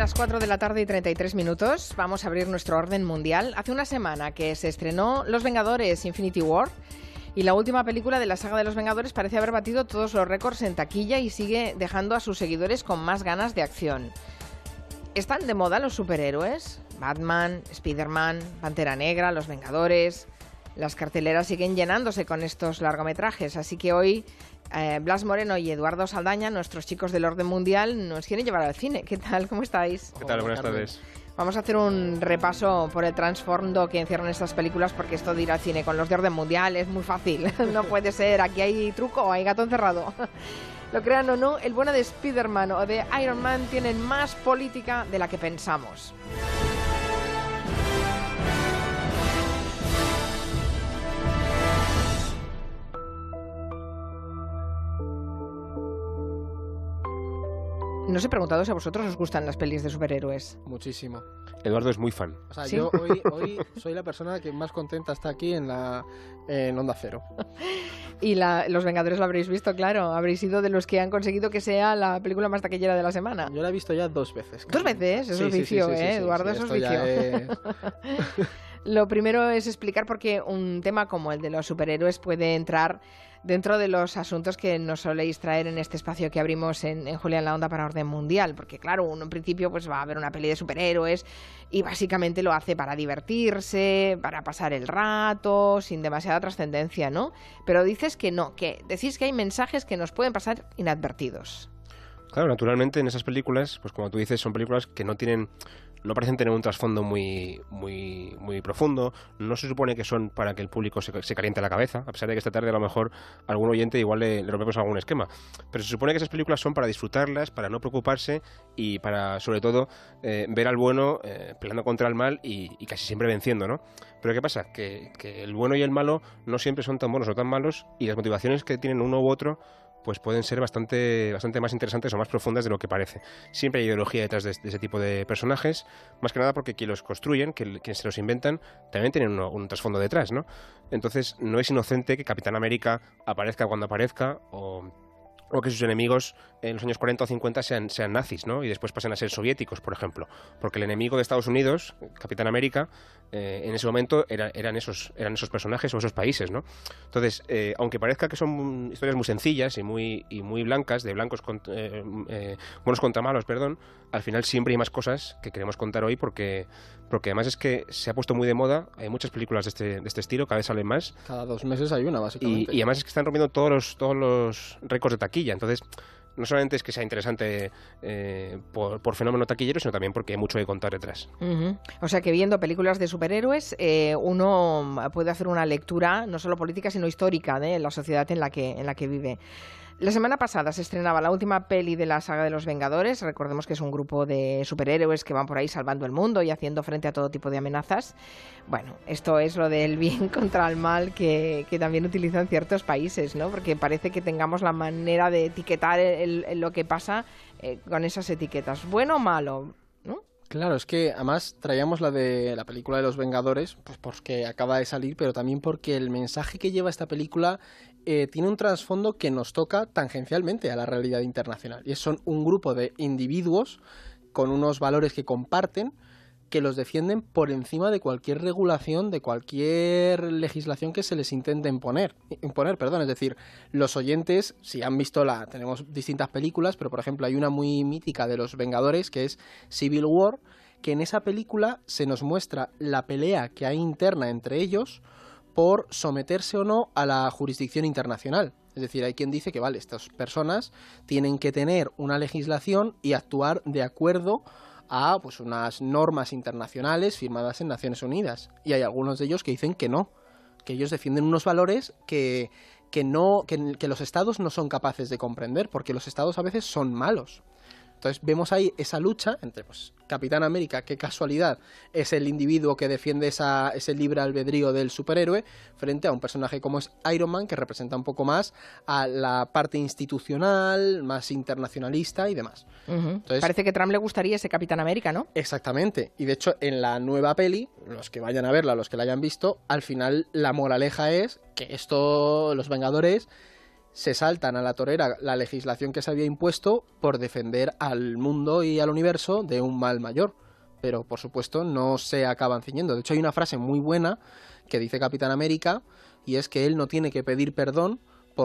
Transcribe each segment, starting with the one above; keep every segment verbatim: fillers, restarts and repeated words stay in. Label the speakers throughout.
Speaker 1: las cuatro de la tarde y treinta y tres minutos. Vamos a abrir nuestro orden mundial. Hace una semana que se estrenó Los Vengadores Infinity War y la última película de la saga de Los Vengadores parece haber batido todos los récords en taquilla y sigue dejando a sus seguidores con más ganas de acción. ¿Están de moda los superhéroes? Batman, Spider-Man, Pantera Negra, Los Vengadores. Las carteleras siguen llenándose con estos largometrajes, así que hoy eh, Blas Moreno y Eduardo Saldaña, nuestros chicos del orden mundial, nos quieren llevar al cine. ¿Qué tal? ¿Cómo estáis?
Speaker 2: ¿Qué tal? Buenas tardes.
Speaker 1: Vamos a hacer un repaso por el trasfondo que encierran estas películas, porque esto de ir al cine con los de orden mundial es muy fácil. No puede ser, aquí hay truco o hay gato encerrado. Lo crean o no, el bueno de Spider-Man o de Iron Man tienen más política de la que pensamos. No os he preguntado si a vosotros os gustan las pelis de superhéroes.
Speaker 3: Muchísimo.
Speaker 2: Eduardo es muy fan.
Speaker 3: O sea,
Speaker 1: ¿Sí?
Speaker 3: yo hoy, hoy soy la persona que más contenta está aquí en la en Onda Cero.
Speaker 1: Y la, Los Vengadores lo habréis visto, claro. Habréis sido de los que han conseguido que sea la película más taquillera de la semana.
Speaker 3: Yo la he visto ya dos veces.
Speaker 1: ¿Dos veces? Eso
Speaker 3: sí,
Speaker 1: es vicio,
Speaker 3: sí, sí, sí,
Speaker 1: ¿eh,
Speaker 3: sí,
Speaker 1: Eduardo?
Speaker 3: sí,
Speaker 1: Eso es
Speaker 3: esto
Speaker 1: vicio.
Speaker 3: ya es...
Speaker 1: Lo primero es explicar por qué un tema como el de los superhéroes puede entrar dentro de los asuntos que nos soléis traer en este espacio que abrimos en, en Julia en la Onda para Orden Mundial, porque claro, uno en principio pues va a ver una peli de superhéroes y básicamente lo hace para divertirse, para pasar el rato, sin demasiada trascendencia, ¿no? Pero dices que no, que decís que hay mensajes que nos pueden pasar inadvertidos.
Speaker 2: Claro, naturalmente en esas películas, pues como tú dices, son películas que no tienen, no parecen tener un trasfondo muy, muy, muy profundo. No se supone que son para que el público se, se caliente la cabeza, a pesar de que esta tarde a lo mejor algún oyente igual le, le rompemos algún esquema. Pero se supone que esas películas son para disfrutarlas, para no preocuparse y para, sobre todo, eh, ver al bueno eh, peleando contra el mal y, y casi siempre venciendo, ¿no? Pero ¿qué pasa? Que, que el bueno y el malo no siempre son tan buenos o tan malos y las motivaciones que tienen uno u otro pues pueden ser bastante, bastante más interesantes o más profundas de lo que parece. Siempre hay ideología detrás de, de ese tipo de personajes, más que nada porque quienes los construyen, que, quienes se los inventan, también tienen uno, un trasfondo detrás, ¿no? Entonces no es inocente que Capitán América aparezca cuando aparezca o... o que sus enemigos en los años cuarenta o cincuenta sean, sean nazis, ¿no? Y después pasen a ser soviéticos, por ejemplo. Porque el enemigo de Estados Unidos, Capitán América, eh, en ese momento era, eran, esos, eran esos personajes o esos países, ¿no? Entonces, eh, aunque parezca que son historias muy sencillas y muy, y muy blancas, de blancos contra, eh, eh, buenos contra malos, perdón, al final siempre hay más cosas que queremos contar hoy porque, porque además es que se ha puesto muy de moda, hay muchas películas de este, de este estilo, cada vez salen más.
Speaker 3: Cada dos meses hay una, básicamente.
Speaker 2: Y, y además es que están rompiendo todos los, todos los récords de taquilla. Entonces, no solamente es que sea interesante eh, por, por fenómeno taquillero, sino también porque hay mucho que contar detrás.
Speaker 1: Uh-huh. O sea que viendo películas de superhéroes, eh, uno puede hacer una lectura no solo política, sino histórica de la sociedad en la que, en la que vive. La semana pasada se estrenaba la última peli de la saga de Los Vengadores. Recordemos que es un grupo de superhéroes que van por ahí salvando el mundo y haciendo frente a todo tipo de amenazas. Bueno, esto es lo del bien contra el mal que, que también utilizan ciertos países, ¿no? Porque parece que tengamos la manera de etiquetar el, el, lo que pasa eh, con esas etiquetas. ¿Bueno o malo? ¿No?
Speaker 3: Claro, es que además traíamos la de la película de Los Vengadores, pues porque acaba de salir, pero también porque el mensaje que lleva esta película eh, tiene un trasfondo que nos toca tangencialmente a la realidad internacional. Y son un grupo de individuos con unos valores que comparten, que los defienden por encima de cualquier regulación, de cualquier legislación que se les intente imponer. imponer, perdón, es decir, los oyentes, si han visto la, tenemos distintas películas, pero por ejemplo hay una muy mítica de Los Vengadores que es Civil War, que en esa película se nos muestra la pelea que hay interna entre ellos por someterse o no a la jurisdicción internacional. Es decir, hay quien dice que, vale, estas personas tienen que tener una legislación y actuar de acuerdo a pues unas normas internacionales firmadas en Naciones Unidas. Y hay algunos de ellos que dicen que no, que ellos defienden unos valores que, que, no, que, que los estados no son capaces de comprender, porque los estados a veces son malos. Entonces vemos ahí esa lucha entre pues, Capitán América, qué casualidad, es el individuo que defiende esa, ese libre albedrío del superhéroe, frente a un personaje como es Iron Man, que representa un poco más a la parte institucional, más internacionalista y demás.
Speaker 1: Uh-huh.
Speaker 3: Entonces,
Speaker 1: parece que a Trump le gustaría ese Capitán América, ¿no?
Speaker 3: Exactamente. Y de hecho, en la nueva peli, los que vayan a verla, los que la hayan visto, al final la moraleja es que esto, los Vengadores, se saltan a la torera la legislación que se había impuesto por defender al mundo y al universo de un mal mayor. Pero, por supuesto, no se acaban ciñendo. De hecho, hay una frase muy buena que dice Capitán América, y es que él no tiene que pedir perdón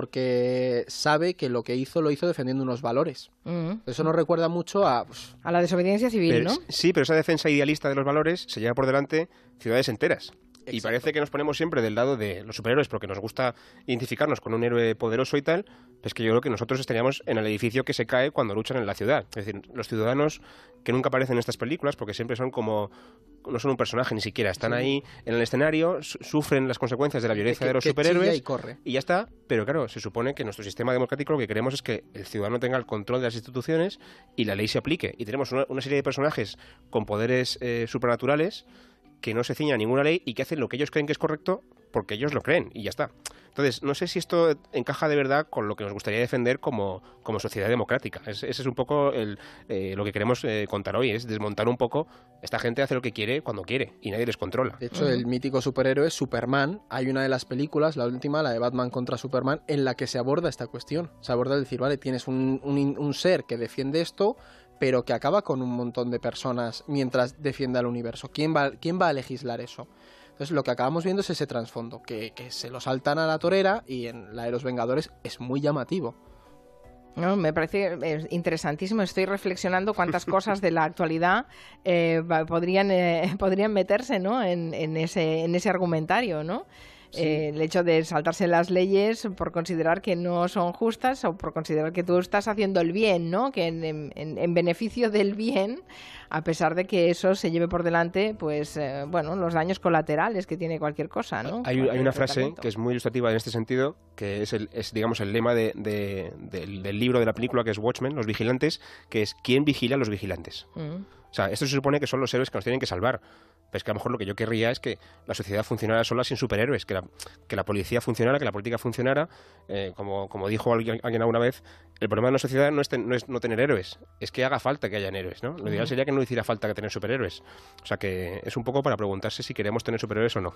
Speaker 3: porque sabe que lo que hizo lo hizo defendiendo unos valores. Mm. Eso nos recuerda mucho a... Pues,
Speaker 1: a la desobediencia civil,
Speaker 2: pero,
Speaker 1: ¿no?
Speaker 2: Sí, pero esa defensa idealista de los valores se lleva por delante ciudades enteras. Exacto. Y parece que nos ponemos siempre del lado de los superhéroes porque nos gusta identificarnos con un héroe poderoso y tal. Es que yo creo que nosotros estaríamos en el edificio que se cae cuando luchan en la ciudad. Es decir, los ciudadanos que nunca aparecen en estas películas porque siempre son como... no son un personaje ni siquiera, están sí. ahí en el escenario, su sufren las consecuencias de la violencia que, de los superhéroes
Speaker 3: y, corre.
Speaker 2: y ya está. Pero claro, se supone que nuestro sistema democrático lo que queremos es que el ciudadano tenga el control de las instituciones y la ley se aplique. Y tenemos una, una serie de personajes con poderes eh, supernaturales que no se ciñan a ninguna ley y que hacen lo que ellos creen que es correcto porque ellos lo creen y ya está. Entonces, no sé si esto encaja de verdad con lo que nos gustaría defender como, como sociedad democrática. Es, ese es un poco el, eh, lo que queremos eh, contar hoy, es desmontar un poco. Esta gente hace lo que quiere cuando quiere y nadie les controla.
Speaker 3: De hecho, uh-huh. el mítico superhéroe Superman, hay una de las películas, la última, la de Batman contra Superman, en la que se aborda esta cuestión. Se aborda el decir, vale, tienes un, un, un ser que defiende esto, pero que acaba con un montón de personas mientras defiende al universo. ¿Quién va, quién va a legislar eso? Entonces lo que acabamos viendo es ese trasfondo, que, que se lo saltan a la torera y en la de los Vengadores es muy llamativo.
Speaker 1: No, me parece interesantísimo. Estoy reflexionando cuántas cosas de la actualidad eh, podrían, eh, podrían meterse, ¿no? en, en, ese, en ese argumentario, ¿no? Sí. Eh, el hecho de saltarse las leyes por considerar que no son justas o por considerar que tú estás haciendo el bien, ¿no? Que en, en, en beneficio del bien, a pesar de que eso se lleve por delante, pues, eh, bueno, los daños colaterales que tiene cualquier cosa, ¿no?
Speaker 2: Hay, hay una frase que es muy ilustrativa en este sentido, que es, el, es digamos, el lema de, de, de, del libro de la película, que es Watchmen, Los Vigilantes, que es ¿quién vigila a los vigilantes? Mm. O sea, esto se supone que son los héroes que nos tienen que salvar. Pero es que a lo mejor lo que yo querría es que la sociedad funcionara sola sin superhéroes, que la, que la policía funcionara, que la política funcionara. Eh, como, como dijo alguien, alguien alguna vez, el problema de una sociedad no es, ten, no es no tener héroes, es que haga falta que hayan héroes, ¿no? Lo ideal sería que no hiciera falta que tener superhéroes. O sea que es un poco para preguntarse si queremos tener superhéroes o no.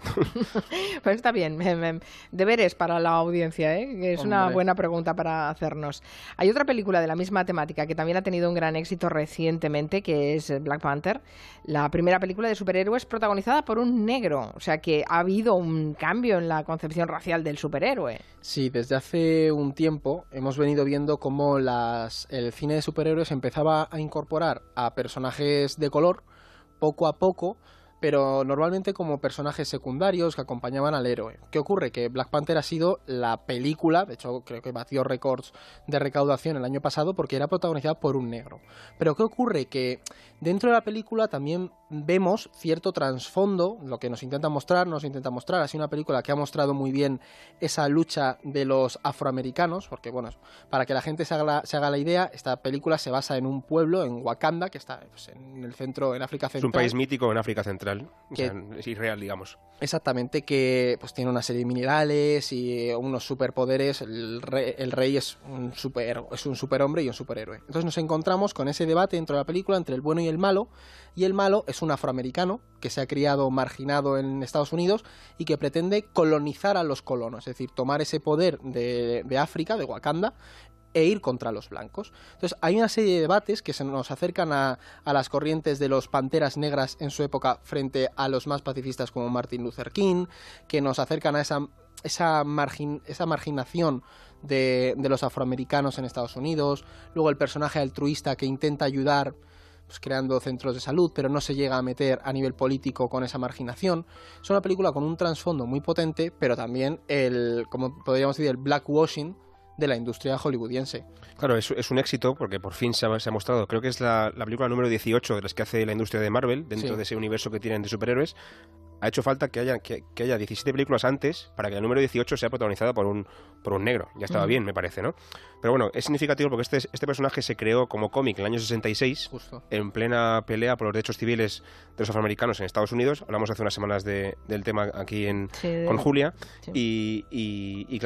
Speaker 1: Pues está bien. Deberes para la audiencia, ¿eh? Es Hombre. Una buena pregunta para hacernos. Hay otra película de la misma temática que también ha tenido un gran éxito recientemente, que es Black Panther, la primera película de superhéroes protagonizada por un negro, o sea que ha habido un cambio en la concepción racial del superhéroe.
Speaker 3: Sí, desde hace un tiempo hemos venido viendo cómo las, el cine de superhéroes empezaba a incorporar a personajes de color poco a poco, pero normalmente como personajes secundarios que acompañaban al héroe. ¿Qué ocurre? Que Black Panther ha sido la película, de hecho creo que batió récords de recaudación el año pasado porque era protagonizada por un negro. Pero ¿qué ocurre? Que dentro de la película también vemos cierto trasfondo, lo que nos intenta mostrar, nos intenta mostrar. Ha sido una película que ha mostrado muy bien esa lucha de los afroamericanos, porque bueno, para que la gente se haga la, se haga la idea, esta película se basa en un pueblo, en Wakanda, que está pues, en el centro, en África Central.
Speaker 2: Es un país mítico en África Central. O sea, es irreal, digamos.
Speaker 3: Exactamente, que pues tiene una serie de minerales y unos superpoderes. El rey, el rey es un super, es un superhombre y un superhéroe. Entonces nos encontramos con ese debate dentro de la película entre el bueno y el malo, y el malo es un afroamericano que se ha criado marginado en Estados Unidos y que pretende colonizar a los colonos, es decir, tomar ese poder de, de África, de Wakanda, e ir contra los blancos. Entonces hay una serie de debates que se nos acercan a, a las corrientes de los panteras negras en su época frente a los más pacifistas como Martin Luther King, que nos acercan a esa, esa, margin, esa marginación de, de los afroamericanos en Estados Unidos, luego el personaje altruista que intenta ayudar pues, creando centros de salud, pero no se llega a meter a nivel político con esa marginación. Es una película con un trasfondo muy potente, pero también el, como podríamos decir, el blackwashing de la industria hollywoodiense.
Speaker 2: Claro, es, es un éxito porque por fin se ha, se ha mostrado, creo que es la, la película número dieciocho de las que hace la industria de Marvel, dentro sí. de ese universo que tienen de superhéroes. Ha hecho falta que haya, que, que haya diecisiete películas antes para que la número dieciocho sea protagonizada por un, por un negro. Ya estaba mm. bien, me parece, ¿no? Pero bueno, es significativo porque este, este personaje se creó como cómic en el año sesenta y seis, Justo. en plena pelea por los derechos civiles de los afroamericanos en Estados Unidos. Hablamos hace unas semanas de, del tema aquí en, sí, con Julia. Sí. Y, y, y claro,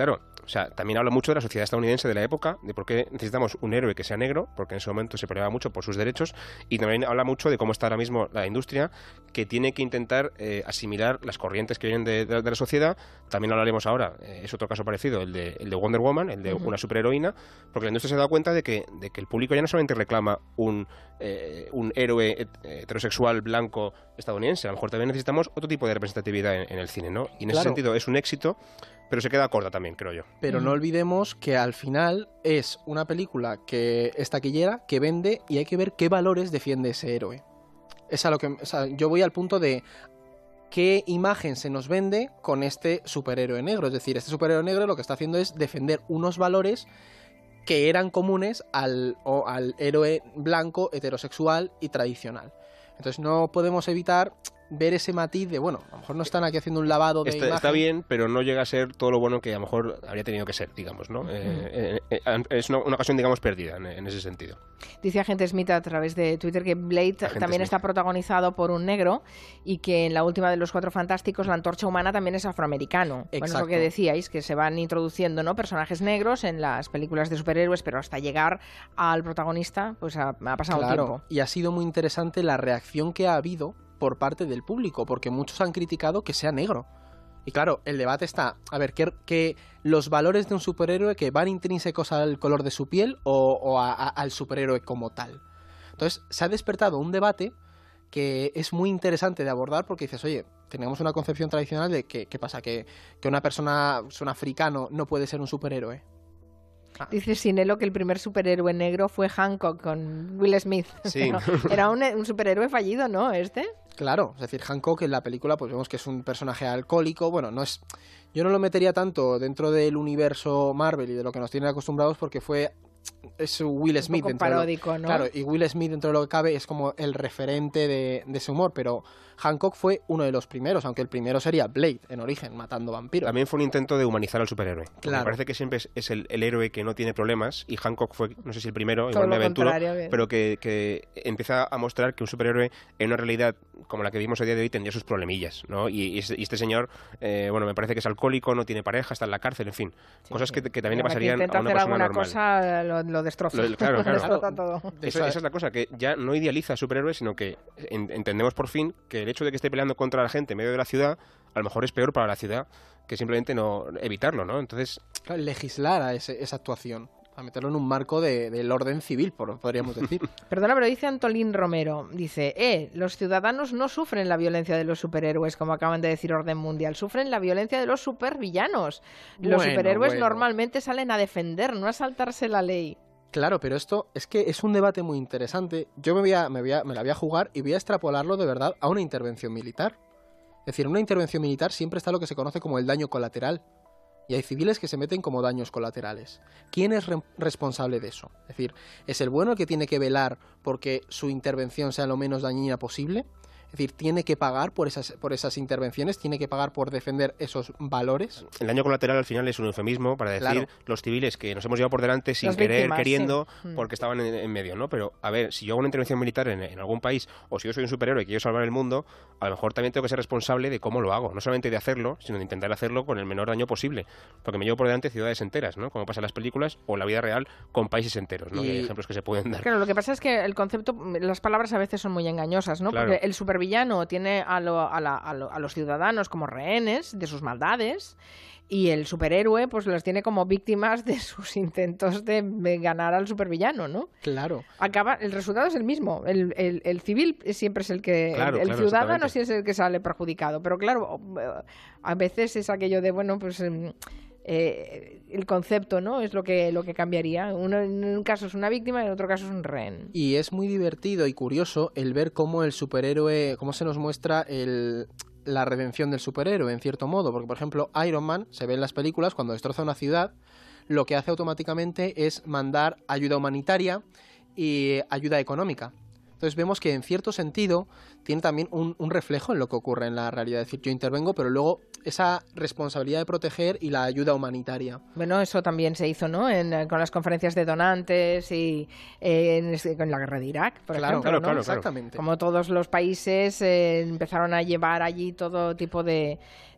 Speaker 2: sea, también habla mucho de la sociedad estadounidense de la época, de por qué necesitamos un héroe que sea negro, porque en ese momento se peleaba mucho por sus derechos, y también habla mucho de cómo está ahora mismo la industria, que tiene que intentar eh, asimilar las corrientes que vienen de, de, de la sociedad. También hablaremos ahora, eh, es otro caso parecido, el de, el de Wonder Woman, el de uh-huh. una superheroína, porque la industria se ha dado cuenta de que, de que el público ya no solamente reclama un, eh, un héroe heterosexual blanco estadounidense, a lo mejor también necesitamos otro tipo de representatividad en, en el cine, ¿no? Y en claro. ese sentido es un éxito, pero se queda corta también, creo yo.
Speaker 3: Pero no olvidemos que al final es una película que es taquillera, que vende, y hay que ver qué valores defiende ese héroe. Es a lo que, o sea, yo voy al punto de qué imagen se nos vende con este superhéroe negro. Es decir, este superhéroe negro lo que está haciendo es defender unos valores que eran comunes al, o al héroe blanco, heterosexual y tradicional. Entonces no podemos evitar ver ese matiz de, bueno, a lo mejor no están aquí haciendo un lavado de
Speaker 2: está,
Speaker 3: imagen.
Speaker 2: Está bien, pero no llega a ser todo lo bueno que a lo mejor habría tenido que ser, digamos, ¿no? Uh-huh. Eh, eh, eh, es una, una ocasión, digamos, perdida en, en ese sentido.
Speaker 1: Dice Agente Smith a través de Twitter que Blade Agente también Smith. está protagonizado por un negro y que en la última de los Cuatro Fantásticos la Antorcha Humana también es afroamericano. Exacto. Bueno, es lo que decíais, que se van introduciendo, ¿no?, personajes negros en las películas de superhéroes, pero hasta llegar al protagonista, pues ha, ha pasado
Speaker 3: claro.
Speaker 1: tiempo.
Speaker 3: Y ha sido muy interesante la reacción que ha habido por parte del público, porque muchos han criticado que sea negro. Y claro, el debate está, a ver, que, que los valores de un superhéroe que van intrínsecos al color de su piel o, o a, a, al superhéroe como tal. Entonces, se ha despertado un debate que es muy interesante de abordar, porque dices, oye, tenemos una concepción tradicional de que, ¿qué pasa? Que, que una persona, un africano, no puede ser un superhéroe.
Speaker 1: Ah. Dice Sinelo que el primer superhéroe negro fue Hancock con Will Smith.
Speaker 2: Sí.
Speaker 1: Era un, un superhéroe fallido, ¿no? Este.
Speaker 3: Claro, es decir, Hancock en la película pues vemos que es un personaje alcohólico. Bueno, no es, yo no lo metería tanto dentro del universo Marvel y de lo que nos tienen acostumbrados, porque fue es Will Smith.
Speaker 1: Un poco paródico,
Speaker 3: lo,
Speaker 1: ¿no?
Speaker 3: Claro, y Will Smith dentro de lo que cabe es como el referente de, de ese humor, pero Hancock fue uno de los primeros, aunque el primero sería Blade en origen, matando vampiros.
Speaker 2: También fue un intento de humanizar al superhéroe.
Speaker 3: Claro.
Speaker 2: Me parece que siempre es, es el, el héroe que no tiene problemas, y Hancock fue, no sé si el primero, igual me aventuro, pero que, que empieza a mostrar que un superhéroe en una realidad como la que vivimos a día de hoy tendría sus problemillas, ¿no? Y, y este señor, eh, bueno, me parece que es alcohólico, no tiene pareja, está en la cárcel, en fin, sí, cosas sí. Que, que también le pasarían a una persona normal.
Speaker 1: Cosa, lo, lo destroza.
Speaker 2: Lo, claro, claro.
Speaker 1: Lo destroza todo.
Speaker 2: Eso, esa es la cosa, que ya no idealiza a superhéroes, sino que en, entendemos por fin que el hecho de que esté peleando contra la gente en medio de la ciudad, a lo mejor es peor para la ciudad que simplemente no evitarlo, ¿no? Entonces,
Speaker 3: claro, legislar a ese, esa actuación, a meterlo en un marco de, del orden civil, podríamos decir.
Speaker 1: Perdona, pero dice Antolín Romero, dice, eh, los ciudadanos no sufren la violencia de los superhéroes, como acaban de decir Orden Mundial, sufren la violencia de los supervillanos. Los
Speaker 3: bueno,
Speaker 1: superhéroes
Speaker 3: bueno.
Speaker 1: normalmente salen a defender, no a saltarse la ley.
Speaker 3: Claro, pero esto es que es un debate muy interesante. Yo me, voy a, me, voy a, me la voy a jugar y voy a extrapolarlo de verdad a una intervención militar. Es decir, en una intervención militar siempre está lo que se conoce como el daño colateral. Y hay civiles que se meten como daños colaterales. ¿Quién es re- responsable de eso? Es decir, ¿es el bueno el que tiene que velar porque su intervención sea lo menos dañina posible? Es decir, ¿tiene que pagar por esas, por esas intervenciones? ¿Tiene que pagar por defender esos valores?
Speaker 2: El daño colateral al final es un eufemismo para decir claro. los civiles que nos hemos llevado por delante sin
Speaker 1: Las
Speaker 2: querer,
Speaker 1: víctimas,
Speaker 2: queriendo,
Speaker 1: sí.
Speaker 2: porque estaban en, en medio, ¿no? Pero, a ver, si yo hago una intervención militar en, en algún país, o si yo soy un superhéroe y quiero salvar el mundo, a lo mejor también tengo que ser responsable de cómo lo hago. No solamente de hacerlo, sino de intentar hacerlo con el menor daño posible. Porque me llevo por delante ciudades enteras, ¿no? Como pasa en las películas, o la vida real con países enteros, ¿no? Y... Y hay ejemplos que se pueden dar.
Speaker 1: Claro, lo que pasa es que el concepto, las palabras a veces son muy engañosas, ¿no?
Speaker 2: Claro.
Speaker 1: Porque el supervillano tiene a, lo, a, la, a, lo, a los ciudadanos como rehenes de sus maldades, y el superhéroe pues los tiene como víctimas de sus intentos de ganar al supervillano, ¿no?
Speaker 3: Claro.
Speaker 1: Acaba, el resultado es el mismo. El, el, el civil siempre es el que...
Speaker 2: Claro,
Speaker 1: el, el
Speaker 2: claro,
Speaker 1: ciudadano sí es el que sale perjudicado. Pero claro, a veces es aquello de, bueno, pues... Eh, el concepto, ¿no? Es lo que, lo que cambiaría. Uno, en un caso es una víctima y en otro caso es un rehén.
Speaker 3: Y es muy divertido y curioso el ver cómo el superhéroe, cómo se nos muestra el... la redención del superhéroe, en cierto modo, porque por ejemplo Iron Man se ve en las películas cuando destroza una ciudad, lo que hace automáticamente es mandar ayuda humanitaria y ayuda económica. Entonces vemos que en cierto sentido tiene también un, un reflejo en lo que ocurre en la realidad. Es decir, yo intervengo, pero luego esa responsabilidad de proteger y la ayuda humanitaria.
Speaker 1: Bueno, eso también se hizo, ¿no? En, con las conferencias de donantes y eh, en, en la guerra de Irak, por
Speaker 3: claro,
Speaker 1: ejemplo,
Speaker 2: claro,
Speaker 1: ¿no?
Speaker 2: claro,
Speaker 3: Exactamente.
Speaker 1: Como todos los países eh, empezaron a llevar allí todo tipo de,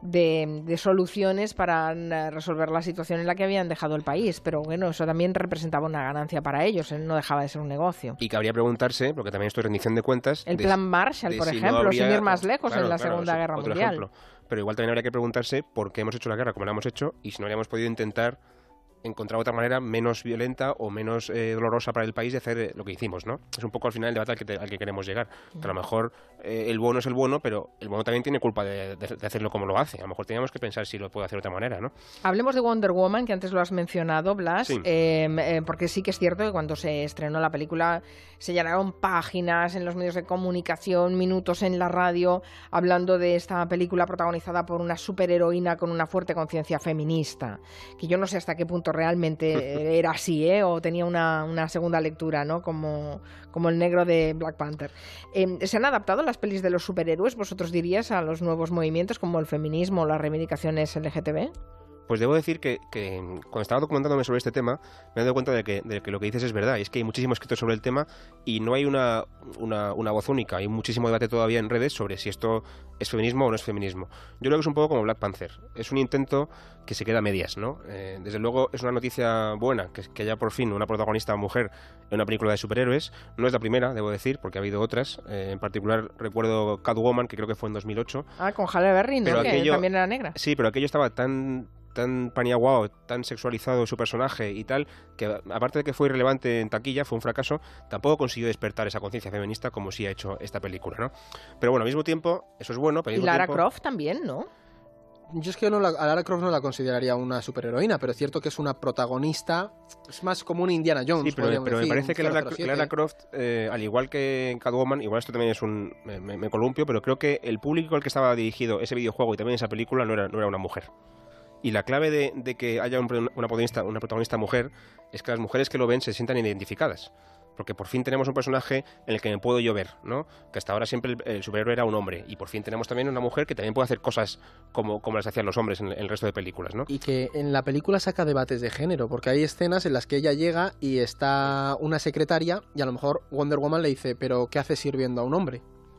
Speaker 1: de, de soluciones para resolver la situación en la que habían dejado el país. Pero bueno, eso también representaba una ganancia para ellos, ¿eh? No dejaba de ser un negocio.
Speaker 2: Y cabría preguntarse, porque también esto es rendición de cuentas...
Speaker 1: El
Speaker 2: de,
Speaker 1: plan Marshall,
Speaker 2: de
Speaker 1: por
Speaker 2: si
Speaker 1: ejemplo,
Speaker 2: no habría,
Speaker 1: sin ir más lejos,
Speaker 2: claro,
Speaker 1: en la
Speaker 2: claro,
Speaker 1: Segunda Guerra
Speaker 2: otro
Speaker 1: Mundial.
Speaker 2: Ejemplo. Pero igual también habría que preguntarse por qué hemos hecho la guerra como la hemos hecho y si no habríamos podido intentar encontrar otra manera menos violenta o menos eh, dolorosa para el país de hacer eh, lo que hicimos, ¿no? Es un poco al final el debate al que, te, al que queremos llegar. Que a lo mejor eh, el bueno es el bueno, pero el bueno también tiene culpa de, de, de hacerlo como lo hace. A lo mejor teníamos que pensar si lo puede hacer de otra manera, ¿no?
Speaker 1: Hablemos de Wonder Woman, que antes lo has mencionado, Blas,
Speaker 2: Sí.
Speaker 1: eh, eh, porque sí que es cierto que cuando se estrenó la película se llenaron páginas en los medios de comunicación, minutos en la radio, hablando de esta película protagonizada por una superheroína con una fuerte conciencia feminista, que yo no sé hasta qué punto realmente era así, ¿eh? O tenía una, una segunda lectura, ¿no? Como, como el negro de Black Panther. Eh, ¿Se han adaptado las pelis de los superhéroes, vosotros dirías, a los nuevos movimientos como el feminismo o las reivindicaciones L G T B?
Speaker 2: Pues debo decir que, que cuando estaba documentándome sobre este tema me he dado cuenta de que, de que lo que dices es verdad, y es que hay muchísimo escrito sobre el tema y no hay una, una, una voz única, hay muchísimo debate todavía en redes sobre si esto es feminismo o no es feminismo. Yo creo que es un poco como Black Panther, es un intento que se queda a medias, ¿no? Eh, desde luego es una noticia buena que, que haya por fin una protagonista mujer en una película de superhéroes, no es la primera, debo decir, porque ha habido otras, eh, en particular recuerdo Catwoman, que creo que fue en dos mil ocho.
Speaker 1: Ah, con Halle Berry, ¿no?
Speaker 2: Pero
Speaker 1: Que
Speaker 2: aquello,
Speaker 1: también era negra.
Speaker 2: Sí, pero aquello estaba tan... tan paniaguado, tan sexualizado su personaje y tal, que aparte de que fue irrelevante en taquilla, fue un fracaso, tampoco consiguió despertar esa conciencia feminista como sí ha hecho esta película, ¿no? Pero bueno, al mismo tiempo, eso es bueno, pero al
Speaker 1: Y
Speaker 2: mismo
Speaker 1: Lara
Speaker 2: tiempo...
Speaker 1: Croft también, ¿no?
Speaker 3: Yo es que no la, a Lara Croft no la consideraría una superheroína, pero es cierto que es una protagonista, es más como una Indiana Jones.
Speaker 2: Sí, pero,
Speaker 3: podríamos
Speaker 2: pero me
Speaker 3: decir,
Speaker 2: parece
Speaker 3: un
Speaker 2: que Lara,
Speaker 3: cero cero siete.
Speaker 2: Lara Croft, eh, al igual que Catwoman, igual esto también es un... Me, me, me columpio, pero creo que el público al que estaba dirigido ese videojuego y también esa película no era, no era una mujer. Y la clave de, de que haya un, una, protagonista, una protagonista mujer es que las mujeres que lo ven se sientan identificadas. Porque por fin tenemos un personaje en el que me puedo yo ver, ¿no? Que hasta ahora siempre el, el superhéroe era un hombre. Y por fin tenemos también una mujer que también puede hacer cosas como, como las hacían los hombres en el, en el resto de películas, ¿no?
Speaker 3: Y que en la película saca debates de género, porque hay escenas en las que ella llega y está una secretaria y a lo mejor Wonder Woman le dice, pero ¿qué hace sirviendo a un hombre?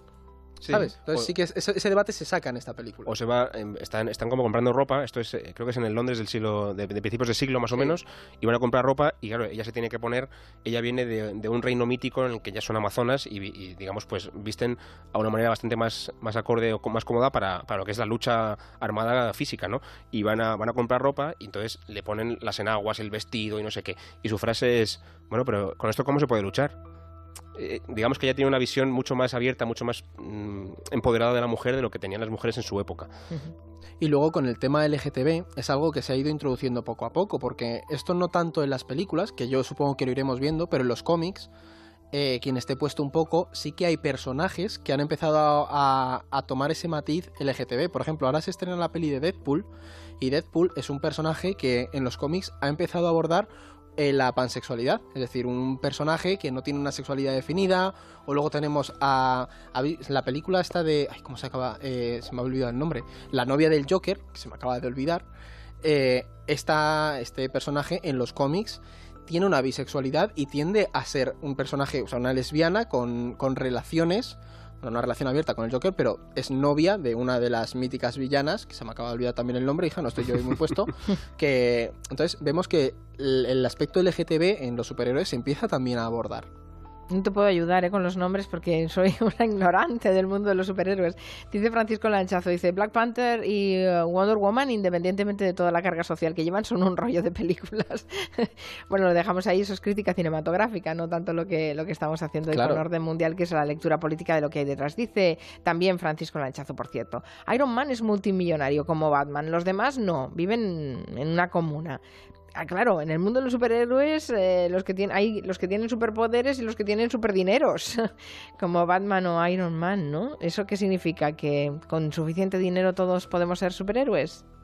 Speaker 2: Sí,
Speaker 3: ¿Sabes? Entonces
Speaker 2: o,
Speaker 3: sí que es, ese, ese debate se saca en esta película.
Speaker 2: O se va, están, están como comprando ropa, esto es, creo que es en el Londres del siglo, de, de principios de siglo más o sí. menos, y van a comprar ropa y claro, ella se tiene que poner, ella viene de, de un reino mítico en el que ya son amazonas y, y digamos pues visten a una manera bastante más, más acorde o más cómoda para, para lo que es la lucha armada física, ¿no? Y van a, van a comprar ropa y entonces le ponen las enaguas, el vestido y no sé qué. Y su frase es, bueno, pero ¿con esto cómo se puede luchar? Eh, digamos que ella tiene una visión mucho más abierta, mucho más mmm, empoderada de la mujer de lo que tenían las mujeres en su época.
Speaker 3: Uh-huh. Y luego con el tema L G T B es algo que se ha ido introduciendo poco a poco, porque esto no tanto en las películas, que yo supongo que lo iremos viendo, pero en los cómics, eh, quien esté puesto un poco, sí que hay personajes que han empezado a, a, a tomar ese matiz L G T B. Por ejemplo, ahora se estrena la peli de Deadpool, y Deadpool es un personaje que en los cómics ha empezado a abordar la pansexualidad, es decir, un personaje que no tiene una sexualidad definida. O luego tenemos a, a la película esta de, ay, ¿cómo se acaba? Eh, se me ha olvidado el nombre, la novia del Joker, que se me acaba de olvidar. eh, esta, este personaje en los cómics tiene una bisexualidad y tiende a ser un personaje, o sea, una lesbiana con, con relaciones, una relación abierta con el Joker, pero es novia de una de las míticas villanas, que se me acaba de olvidar también el nombre, hija, no estoy yo muy puesto, que entonces vemos que el, el aspecto L G T B en los superhéroes se empieza también a abordar.
Speaker 1: No te puedo ayudar ¿eh? con los nombres porque soy una ignorante del mundo de los superhéroes. Dice Francisco Lanchazo, dice Black Panther y uh, Wonder Woman, independientemente de toda la carga social que llevan, son un rollo de películas. Bueno, lo dejamos ahí, eso es crítica cinematográfica, no tanto lo que, lo que estamos haciendo hoy
Speaker 3: claro.
Speaker 1: con Orden Mundial, que es la lectura política de lo que hay detrás. Dice también Francisco Lanchazo, por cierto, Iron Man es multimillonario como Batman, los demás no, viven en una comuna. Ah, claro, en el mundo de los superhéroes eh, los que tienen, hay los que tienen superpoderes y los que tienen superdineros, como Batman o Iron Man, ¿no? ¿Eso qué significa? ¿Que con suficiente dinero todos podemos ser superhéroes?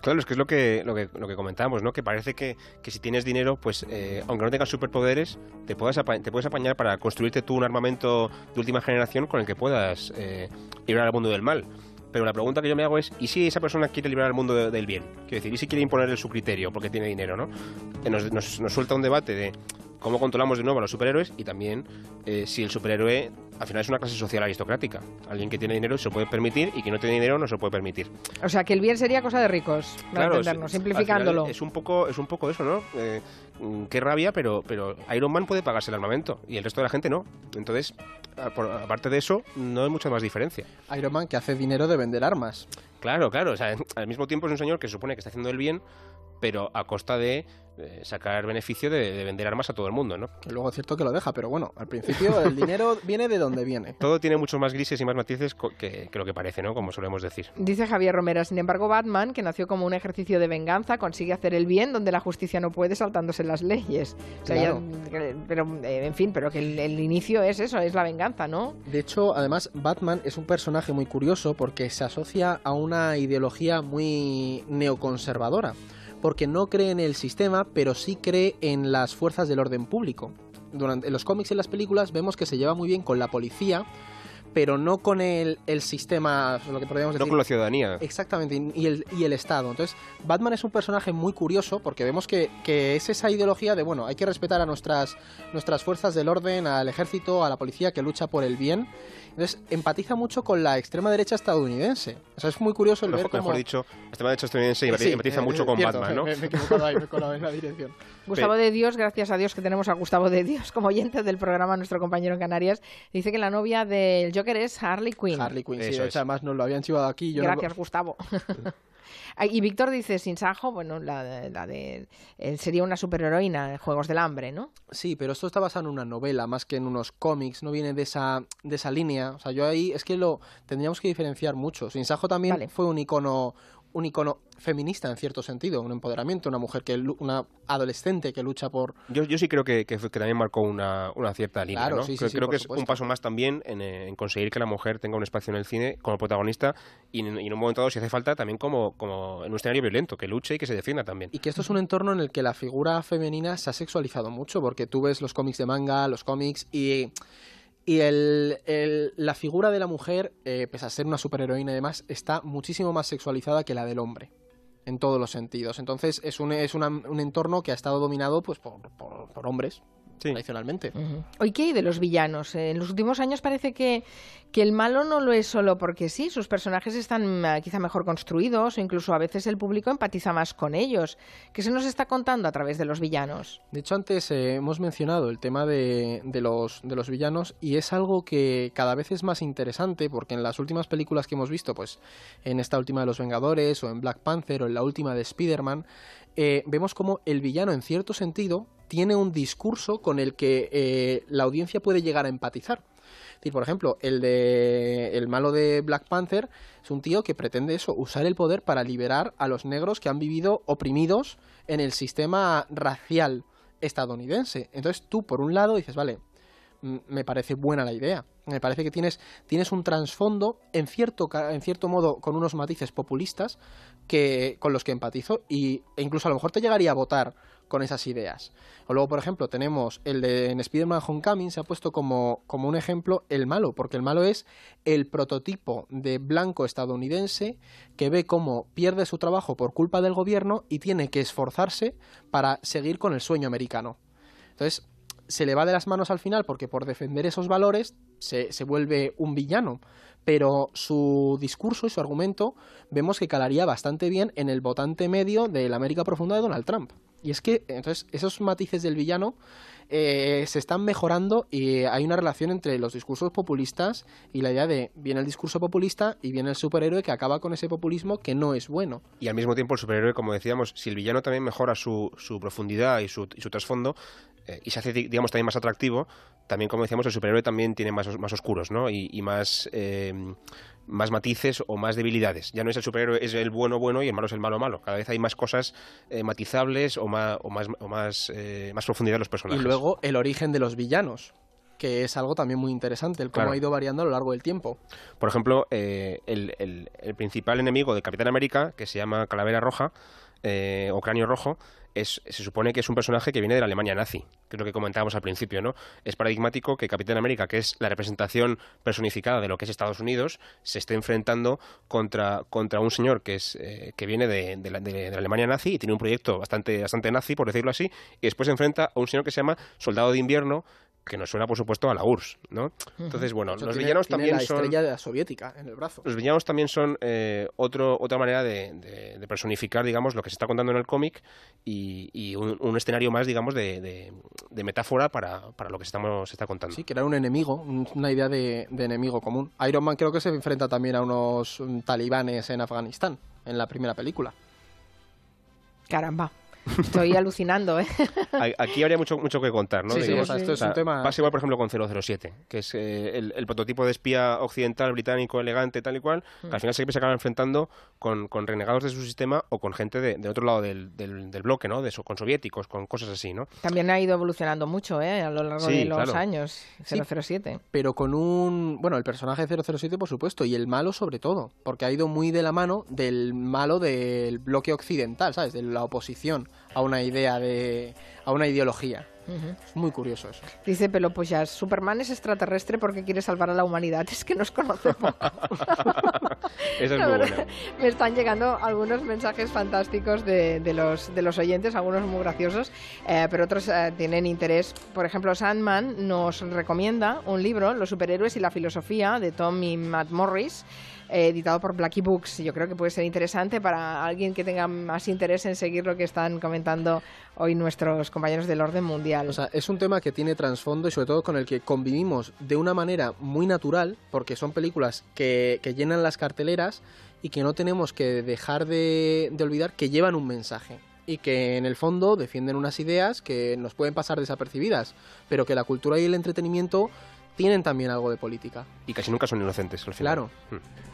Speaker 2: Claro, es que es lo que, lo que, lo que comentábamos, ¿no? Que parece que, que si tienes dinero, pues eh, aunque no tengas superpoderes, te puedes, apa te puedes apañar para construirte tú un armamento de última generación con el que puedas eh, librar al mundo del mal. Pero la pregunta que yo me hago es, ¿y si esa persona quiere librar al mundo de, del bien? Quiero decir, ¿y si quiere imponerle su criterio porque tiene dinero, ¿no? Nos, nos, nos suelta un debate de cómo controlamos de nuevo a los superhéroes y también eh, si el superhéroe al final es una clase social aristocrática. Alguien que tiene dinero se lo puede permitir y que no tiene dinero no se lo puede permitir.
Speaker 1: O sea, que el bien sería cosa de ricos, para
Speaker 2: claro,
Speaker 1: entendernos,
Speaker 2: es,
Speaker 1: simplificándolo.
Speaker 2: Es un poco es un poco eso, ¿no? Eh, qué rabia, pero, pero Iron Man puede pagarse el armamento y el resto de la gente no. Entonces, a, por, aparte de eso, no hay mucha más diferencia.
Speaker 3: Iron Man que hace dinero de vender armas.
Speaker 2: Claro, claro. O sea, al mismo tiempo es un señor que se supone que está haciendo el bien, pero a costa de eh, sacar beneficio de, de vender armas a todo el mundo, ¿no?
Speaker 3: Que luego es cierto que lo deja, pero bueno, al principio el dinero viene de donde viene.
Speaker 2: Todo tiene muchos más grises y más matices que, que lo que parece, ¿no? Como solemos decir.
Speaker 1: Dice Javier Romera, sin embargo, Batman, que nació como un ejercicio de venganza, consigue hacer el bien donde la justicia no puede, saltándose las leyes. O sea,
Speaker 3: claro.
Speaker 1: ya, pero, eh, en fin, pero que el, el inicio es eso, es la venganza, ¿no?
Speaker 3: De hecho, además, Batman es un personaje muy curioso porque se asocia a una ideología muy neoconservadora. Porque no cree en el sistema, pero sí cree en las fuerzas del orden público. Durante, en los cómics y en las películas vemos que se lleva muy bien con la policía, pero no con el, el sistema, lo que podríamos decir.
Speaker 2: No con la ciudadanía.
Speaker 3: Exactamente, y el, y el Estado. Entonces, Batman es un personaje muy curioso porque vemos que, que es esa ideología de, bueno, hay que respetar a nuestras, nuestras fuerzas del orden, al ejército, a la policía que lucha por el bien. Entonces, empatiza mucho con la extrema derecha estadounidense. O sea, es muy curioso el
Speaker 2: mejor,
Speaker 3: ver cómo...
Speaker 2: Mejor dicho, la extrema derecha estadounidense
Speaker 3: sí,
Speaker 2: empatiza
Speaker 3: eh,
Speaker 2: mucho con
Speaker 3: cierto,
Speaker 2: Batman, ¿no?
Speaker 3: Me, me he equivocado ahí, me he colado en la dirección.
Speaker 1: Gustavo de Dios, gracias a Dios que tenemos a Gustavo de Dios como oyente del programa, nuestro compañero en Canarias, dice que la novia del Joker es Harley Quinn.
Speaker 3: Harley Quinn, sí,
Speaker 2: Eso
Speaker 3: de
Speaker 2: es.
Speaker 3: hecho, además nos lo habían chivado aquí. Yo
Speaker 1: Gracias,
Speaker 3: no...
Speaker 1: Gustavo. Y Víctor dice, sin Sajo, bueno, la, la de... Él sería una superheroína en Juegos del Hambre, ¿no?
Speaker 3: Sí, pero esto está basado en una novela más que en unos cómics, no viene de esa, de esa línea. O sea, yo ahí es que lo tendríamos que diferenciar mucho. Sin Sajo también
Speaker 1: Vale.
Speaker 3: fue un icono, un icono feminista en cierto sentido, un empoderamiento, una mujer que, una adolescente que lucha por...
Speaker 2: Yo, yo sí creo que, que, que también marcó una, una cierta línea,
Speaker 3: Claro,
Speaker 2: ¿no?
Speaker 3: sí, sí,
Speaker 2: creo
Speaker 3: sí,
Speaker 2: creo
Speaker 3: por
Speaker 2: que es
Speaker 3: supuesto.
Speaker 2: un paso más también en, eh, en conseguir que la mujer tenga un espacio en el cine como protagonista y en, y en un momento dado, si hace falta, también como, como en un escenario violento, que luche y que se defienda también.
Speaker 3: Y que esto es un entorno en el que la figura femenina se ha sexualizado mucho, porque tú ves los cómics de manga, los cómics y... Y el, el, la figura de la mujer, eh, pese a ser una superheroína y demás, está muchísimo más sexualizada que la del hombre, en todos los sentidos. Entonces es un, es una, un entorno que ha estado dominado pues por, por, por hombres, sí, tradicionalmente.
Speaker 1: Uh-huh. Hoy, ¿qué hay de los villanos? Eh, en los últimos años parece que, que el malo no lo es solo porque sí, sus personajes están uh, quizá mejor construidos o incluso a veces el público empatiza más con ellos. ¿Qué se nos está contando a través de los villanos?
Speaker 3: De hecho, antes eh, hemos mencionado el tema de, de, los, de los villanos y es algo que cada vez es más interesante porque en las últimas películas que hemos visto, pues en esta última de Los Vengadores o en Black Panther o en la última de Spider-Man, eh, vemos como el villano en cierto sentido tiene un discurso con el que eh, la audiencia puede llegar a empatizar. Es decir, por ejemplo, el de el malo de Black Panther es un tío que pretende eso, usar el poder para liberar a los negros que han vivido oprimidos en el sistema racial estadounidense. Entonces tú, por un lado, dices, vale, me parece buena la idea. Me parece que tienes, tienes un trasfondo, en cierto, en cierto modo, con unos matices populistas que, con los que empatizo y, e incluso a lo mejor te llegaría a votar con esas ideas. O luego, por ejemplo, tenemos el de en Spider-Man Homecoming, se ha puesto como, como un ejemplo el malo, porque el malo es el prototipo de blanco estadounidense que ve cómo pierde su trabajo por culpa del gobierno y tiene que esforzarse para seguir con el sueño americano. Entonces, se le va de las manos al final porque por defender esos valores se, se vuelve un villano, pero su discurso y su argumento vemos que calaría bastante bien en el votante medio de la América profunda de Donald Trump. Y es que entonces esos matices del villano eh, se están mejorando y hay una relación entre los discursos populistas y la idea de viene el discurso populista y viene el superhéroe que acaba con ese populismo que no es bueno.
Speaker 2: Y al mismo tiempo el superhéroe, como decíamos, si el villano también mejora su, su profundidad y su, y su trasfondo eh, y se hace, digamos, también más atractivo, también, como decíamos, el superhéroe también tiene más, más oscuros, ¿no? Y, y más... Eh, más matices o más debilidades. Ya no es el superhéroe, es el bueno bueno y el malo es el malo malo. Cada vez hay más cosas eh, matizables o más, o más, o más, eh, más profundidad en los personajes.
Speaker 3: Y luego el origen de los villanos. que es algo también muy interesante, el cómo
Speaker 2: Claro.
Speaker 3: ha ido variando a lo largo del tiempo.
Speaker 2: Por ejemplo, eh, el, el- el principal enemigo de Capitán América, que se llama Calavera Roja, eh, o Cráneo Rojo, es, se supone que es un personaje que viene de la Alemania nazi, que es lo que comentábamos al principio, ¿no? Es paradigmático que Capitán América, que es la representación personificada de lo que es Estados Unidos, se esté enfrentando contra, contra un señor que es eh, que viene de, de la, de- de la Alemania nazi y tiene un proyecto bastante, bastante nazi, por decirlo así, y después se enfrenta a un señor que se llama Soldado de Invierno, que nos suena, por supuesto, a la U R S S, ¿no? Entonces, bueno,
Speaker 3: De hecho,
Speaker 2: los
Speaker 3: tiene-
Speaker 2: villanos
Speaker 3: tiene
Speaker 2: también
Speaker 3: la
Speaker 2: son...
Speaker 3: estrella de la soviética en el brazo.
Speaker 2: Los villanos también son eh, otro, otra manera de, de- de personificar, digamos, lo que se está contando en el cómic y, y un, un escenario más, digamos, de, de- de metáfora para, para lo que estamos, se está contando.
Speaker 3: Sí, que era un enemigo, un- una idea de, de enemigo común. Iron Man creo que se enfrenta también a unos mm, talibanes en Afganistán, en la primera película.
Speaker 1: Caramba. Estoy alucinando, ¿eh?
Speaker 2: A- Aquí habría mucho, mucho que contar, ¿no?
Speaker 3: Sí, sí,
Speaker 2: Digamos,
Speaker 3: o sea, esto es
Speaker 2: o sea,
Speaker 3: un tema...
Speaker 2: Pasa igual, por ejemplo, con cero cero siete, que es eh, el, el prototipo de espía occidental, británico, elegante, tal y cual, que al final siempre se acaban enfrentando con, con renegados de su sistema o con gente de- del otro lado del, del- del bloque, ¿no? De so- con soviéticos, con cosas así, ¿no?
Speaker 1: También ha ido evolucionando mucho, ¿eh? A lo largo
Speaker 2: Sí,
Speaker 1: de los
Speaker 2: claro.
Speaker 1: años. cero cero siete.
Speaker 3: Pero con un... Bueno, el personaje de cero cero siete, por supuesto, y el malo sobre todo, porque ha ido muy de la mano del malo del bloque occidental, ¿sabes? De la oposición a una idea de... a una ideología.
Speaker 1: Ujú.
Speaker 3: Es muy curioso eso.
Speaker 1: Dice Pelo Pollas, Superman es extraterrestre porque quiere salvar a la humanidad. Es que nos conoce poco.
Speaker 2: Esa es
Speaker 1: La
Speaker 2: muy
Speaker 1: verdad,
Speaker 2: buena.
Speaker 1: me están llegando algunos mensajes fantásticos de, de los, de los oyentes, algunos muy graciosos, eh, pero otros eh, tienen interés. Por ejemplo, Sandman nos recomienda un libro, Los superhéroes y la filosofía, de Tom y Matt Morris, eh, editado por Blackie Books. Yo creo que puede ser interesante para alguien que tenga más interés en seguir lo que están comentando hoy nuestros compañeros del orden mundial.
Speaker 3: O sea, es un tema que tiene trasfondo y sobre todo con el que convivimos de una manera muy natural, porque son películas que, que llenan las carteleras y que no tenemos que dejar de, de olvidar que llevan un mensaje y que en el fondo defienden unas ideas que nos pueden pasar desapercibidas, pero que la cultura y el entretenimiento tienen también algo de política.
Speaker 2: Y casi nunca son inocentes, al final.
Speaker 3: Claro.
Speaker 2: Mm.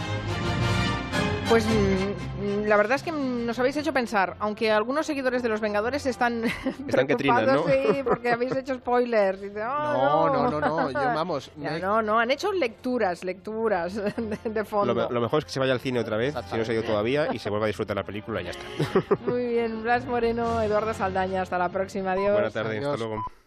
Speaker 1: Pues mm, la verdad es que nos habéis hecho pensar, aunque algunos seguidores de los Vengadores están,
Speaker 2: Están que trinan,
Speaker 1: preocupados,
Speaker 2: ¿no?
Speaker 1: sí, porque habéis hecho spoilers. Y dice, "Oh,
Speaker 3: No,
Speaker 1: no,
Speaker 3: no, no, no, yo vamos,
Speaker 1: Ya,
Speaker 3: me-
Speaker 1: no, no, han hecho lecturas, lecturas de, de fondo.
Speaker 2: Lo, me- lo mejor es que se vaya al cine otra vez, si no se ha ido todavía, y se vuelva a disfrutar la película y ya está.
Speaker 1: Muy bien, Blas Moreno, Eduardo Saldaña, hasta la próxima, adiós.
Speaker 2: Buenas tardes,
Speaker 3: Adiós.
Speaker 2: hasta luego.